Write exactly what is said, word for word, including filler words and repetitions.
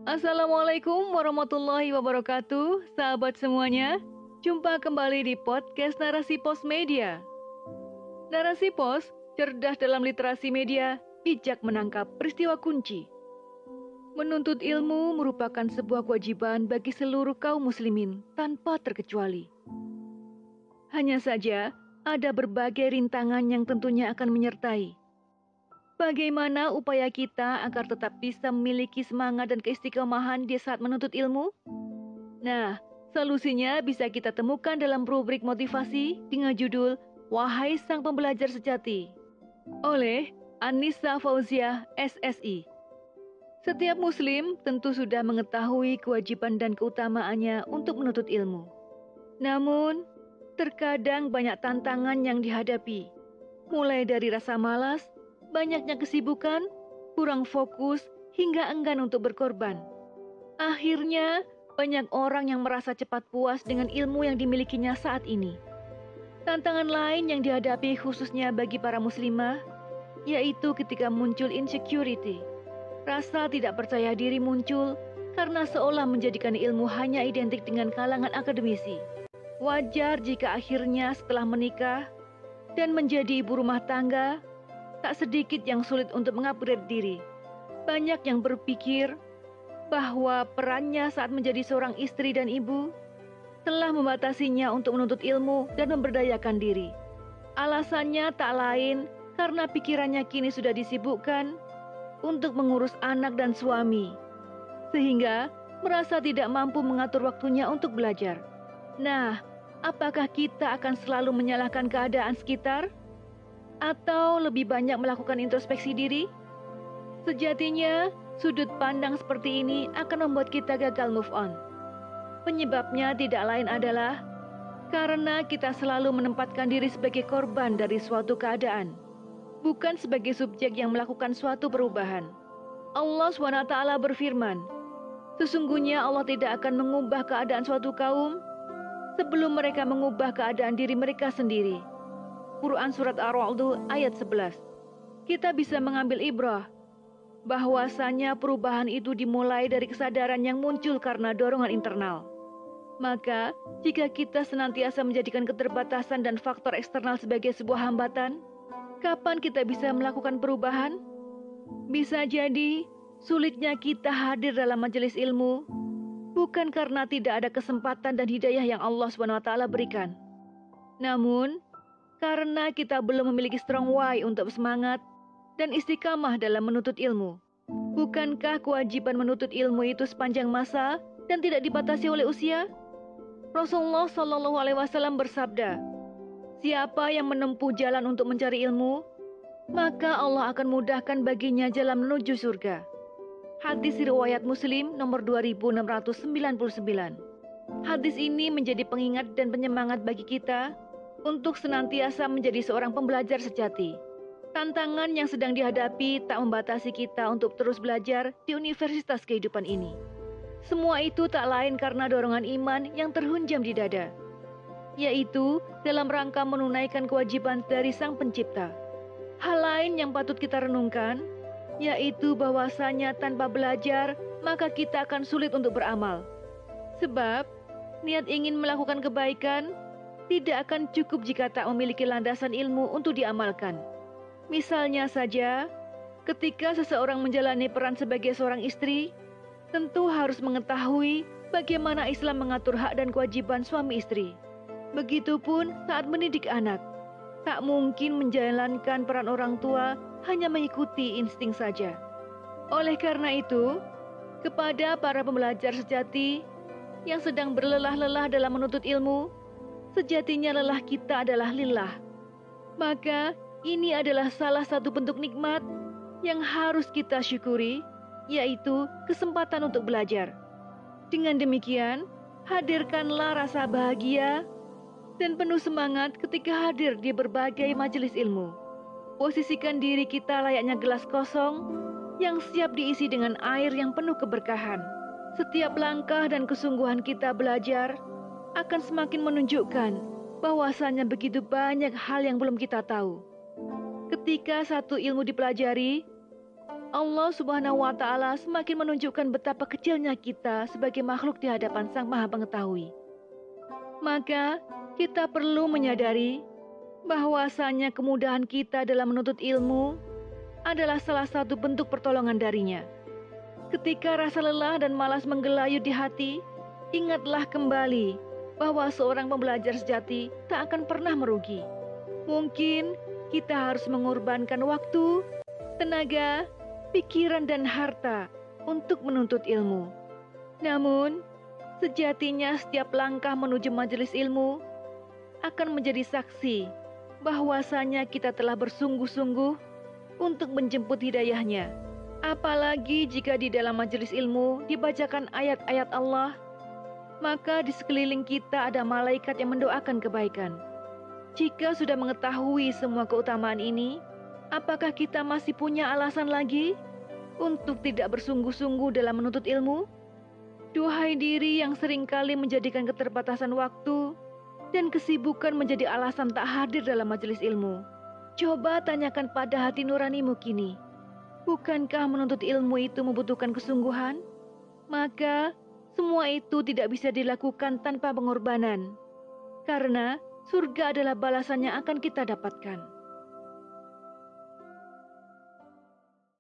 Assalamualaikum warahmatullahi wabarakatuh, sahabat semuanya. Jumpa kembali di podcast Narasi Pos Media. Narasi Pos, cerdas dalam literasi media, bijak menangkap peristiwa kunci. Menuntut ilmu merupakan sebuah kewajiban bagi seluruh kaum muslimin tanpa terkecuali. Hanya saja, ada berbagai rintangan yang tentunya akan menyertai. Bagaimana upaya kita agar tetap bisa memiliki semangat dan keistiqomahan di saat menuntut ilmu? Nah, solusinya bisa kita temukan dalam rubrik motivasi dengan judul Wahai Sang Pembelajar Sejati oleh Annisa Fauziah, S S I. Setiap muslim tentu sudah mengetahui kewajiban dan keutamaannya untuk menuntut ilmu. Namun, terkadang banyak tantangan yang dihadapi, mulai dari rasa malas, banyaknya kesibukan, kurang fokus, hingga enggan untuk berkorban. Akhirnya, banyak orang yang merasa cepat puas dengan ilmu yang dimilikinya saat ini. Tantangan lain yang dihadapi khususnya bagi para muslimah, yaitu ketika muncul insecurity. Rasa tidak percaya diri muncul karena seolah menjadikan ilmu hanya identik dengan kalangan akademisi. Wajar jika akhirnya setelah menikah dan menjadi ibu rumah tangga, tak sedikit yang sulit untuk mengupgrade diri. Banyak yang berpikir bahwa perannya saat menjadi seorang istri dan ibu telah membatasinya untuk menuntut ilmu dan memberdayakan diri. Alasannya tak lain karena pikirannya kini sudah disibukkan untuk mengurus anak dan suami, sehingga merasa tidak mampu mengatur waktunya untuk belajar. Nah, apakah kita akan selalu menyalahkan keadaan sekitar? Atau lebih banyak melakukan introspeksi diri? Sejatinya, sudut pandang seperti ini akan membuat kita gagal move on. Penyebabnya tidak lain adalah karena kita selalu menempatkan diri sebagai korban dari suatu keadaan, bukan sebagai subjek yang melakukan suatu perubahan. Allah subhanahu wa taala berfirman, sesungguhnya Allah tidak akan mengubah keadaan suatu kaum sebelum mereka mengubah keadaan diri mereka sendiri. Quran Surat Ar-Ra'd ayat sebelas. Kita bisa mengambil ibrah bahwasanya perubahan itu dimulai dari kesadaran yang muncul karena dorongan internal. Maka, jika kita senantiasa menjadikan keterbatasan dan faktor eksternal sebagai sebuah hambatan, kapan kita bisa melakukan perubahan? Bisa jadi, sulitnya kita hadir dalam majelis ilmu bukan karena tidak ada kesempatan dan hidayah yang Allah subhanahu wa taala berikan. Namun, karena kita belum memiliki strong why untuk semangat dan istiqamah dalam menuntut ilmu. Bukankah kewajiban menuntut ilmu itu sepanjang masa dan tidak dibatasi oleh usia? Rasulullah shallallahu alaihi wasallam bersabda, siapa yang menempuh jalan untuk mencari ilmu, maka Allah akan mudahkan baginya jalan menuju surga. Hadis riwayat Muslim nomor dua ribu enam ratus sembilan puluh sembilan. Hadis ini menjadi pengingat dan penyemangat bagi kita untuk senantiasa menjadi seorang pembelajar sejati. Tantangan yang sedang dihadapi tak membatasi kita untuk terus belajar di universitas kehidupan ini. Semua itu tak lain karena dorongan iman yang terhunjam di dada, yaitu dalam rangka menunaikan kewajiban dari Sang Pencipta. Hal lain yang patut kita renungkan, yaitu bahwasanya tanpa belajar, maka kita akan sulit untuk beramal. Sebab, niat ingin melakukan kebaikan tidak akan cukup jika tak memiliki landasan ilmu untuk diamalkan. Misalnya saja, ketika seseorang menjalani peran sebagai seorang istri, tentu harus mengetahui bagaimana Islam mengatur hak dan kewajiban suami istri. Begitupun saat mendidik anak, tak mungkin menjalankan peran orang tua hanya mengikuti insting saja. Oleh karena itu, kepada para pembelajar sejati yang sedang berlelah-lelah dalam menuntut ilmu, sejatinya lelah kita adalah lillah. Maka ini adalah salah satu bentuk nikmat yang harus kita syukuri, yaitu kesempatan untuk belajar. Dengan demikian, hadirkanlah rasa bahagia dan penuh semangat ketika hadir di berbagai majelis ilmu. Posisikan diri kita layaknya gelas kosong yang siap diisi dengan air yang penuh keberkahan. Setiap langkah dan kesungguhan kita belajar akan semakin menunjukkan bahwasanya begitu banyak hal yang belum kita tahu. Ketika satu ilmu dipelajari, Allah Subhanahu wa Ta'ala semakin menunjukkan betapa kecilnya kita sebagai makhluk di hadapan Sang Maha Pengetahui. Maka kita perlu menyadari bahwasanya kemudahan kita dalam menuntut ilmu adalah salah satu bentuk pertolongan darinya. Ketika rasa lelah dan malas menggelayut di hati, ingatlah kembali bahwa seorang pembelajar sejati tak akan pernah merugi. Mungkin kita harus mengorbankan waktu, tenaga, pikiran dan harta untuk menuntut ilmu. Namun, sejatinya setiap langkah menuju majelis ilmu akan menjadi saksi bahwasanya kita telah bersungguh-sungguh untuk menjemput hidayahnya. Apalagi jika di dalam majelis ilmu dibacakan ayat-ayat Allah, maka di sekeliling kita ada malaikat yang mendoakan kebaikan. Jika sudah mengetahui semua keutamaan ini, apakah kita masih punya alasan lagi untuk tidak bersungguh-sungguh dalam menuntut ilmu? Duhai diri yang seringkali menjadikan keterbatasan waktu dan kesibukan menjadi alasan tak hadir dalam majelis ilmu. Coba tanyakan pada hati nuranimu kini, bukankah menuntut ilmu itu membutuhkan kesungguhan? Maka semua itu tidak bisa dilakukan tanpa pengorbanan, karena surga adalah balasan yang akan kita dapatkan.